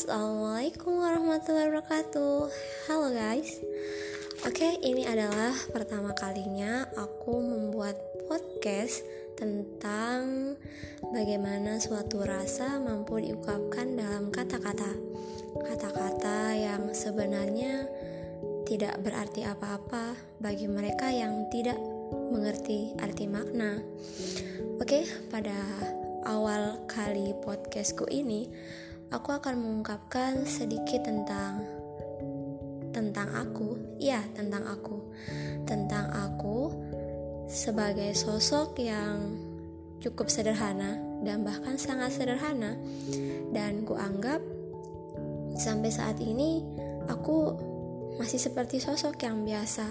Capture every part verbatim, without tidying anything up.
Assalamualaikum warahmatullahi wabarakatuh. Halo guys. Oke, ini adalah pertama kalinya aku membuat podcast tentang bagaimana suatu rasa mampu diungkapkan dalam kata-kata. Kata-kata yang sebenarnya tidak berarti apa-apa bagi mereka yang tidak mengerti arti makna. Oke, pada awal kali podcastku ini aku akan mengungkapkan sedikit tentang tentang aku, ya tentang aku, tentang aku sebagai sosok yang cukup sederhana dan bahkan sangat sederhana, dan kuanggap sampai saat ini aku masih seperti sosok yang biasa.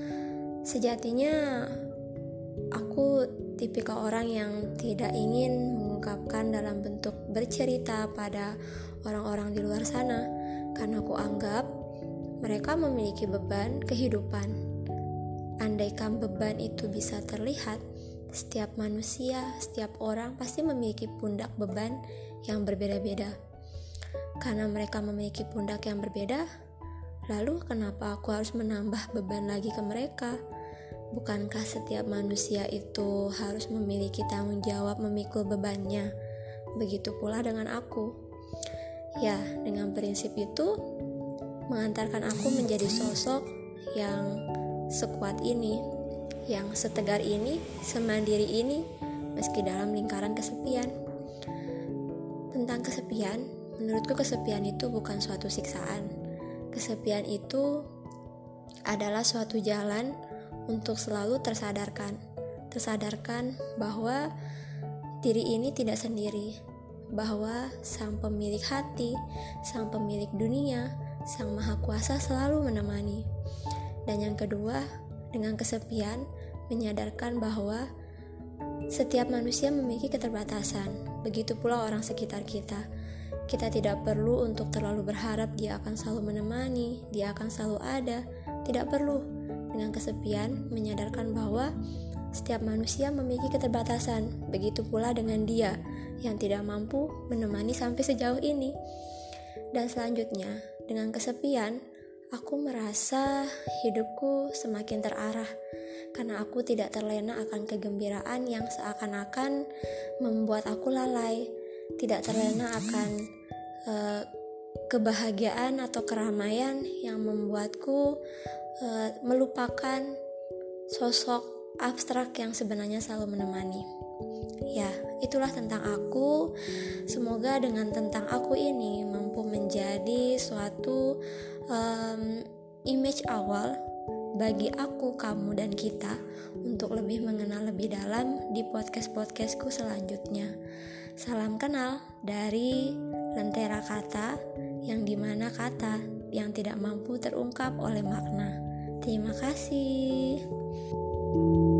Sejatinya aku tipikal orang yang tidak ingin mengungkapkan dalam bentuk bercerita pada orang-orang di luar sana, karena aku anggap mereka memiliki beban kehidupan. Andaikan beban itu bisa terlihat, setiap manusia, setiap orang pasti memiliki pundak beban yang berbeda-beda. Karena mereka memiliki pundak yang berbeda, lalu kenapa aku harus menambah beban lagi ke mereka? Bukankah setiap manusia itu harus memiliki tanggung jawab memikul bebannya? Begitu pula dengan aku. Ya, dengan prinsip itu mengantarkan aku menjadi sosok yang sekuat ini, yang setegar ini, semandiri ini, meski dalam lingkaran kesepian. Tentang kesepian, menurutku kesepian itu bukan suatu siksaan. Kesepian itu adalah suatu jalan untuk selalu tersadarkan, tersadarkan bahwa diri ini tidak sendiri, bahwa sang pemilik hati, sang pemilik dunia, sang maha kuasa selalu menemani. Dan yang kedua, dengan kesepian, menyadarkan bahwa setiap manusia memiliki keterbatasan, begitu pula orang sekitar kita. Kita tidak perlu untuk terlalu berharap dia akan selalu menemani, dia akan selalu ada, tidak perlu. Dengan kesepian, menyadarkan bahwa setiap manusia memiliki keterbatasan, begitu pula dengan dia yang tidak mampu menemani sampai sejauh ini. Dan selanjutnya, dengan kesepian, aku merasa hidupku semakin terarah, karena aku tidak terlena akan kegembiraan yang seakan-akan membuat aku lalai, tidak terlena akan uh, kebahagiaan atau keramaian yang membuatku uh, melupakan sosok abstrak yang sebenarnya selalu menemani. Ya, itulah tentang aku. Semoga dengan tentang aku ini mampu menjadi suatu um, image awal bagi aku, kamu, dan kita untuk lebih mengenal lebih dalam di podcast-podcastku selanjutnya. Salam kenal dari Lentera Kata, yang dimana kata yang tidak mampu terungkap oleh makna. Terima kasih.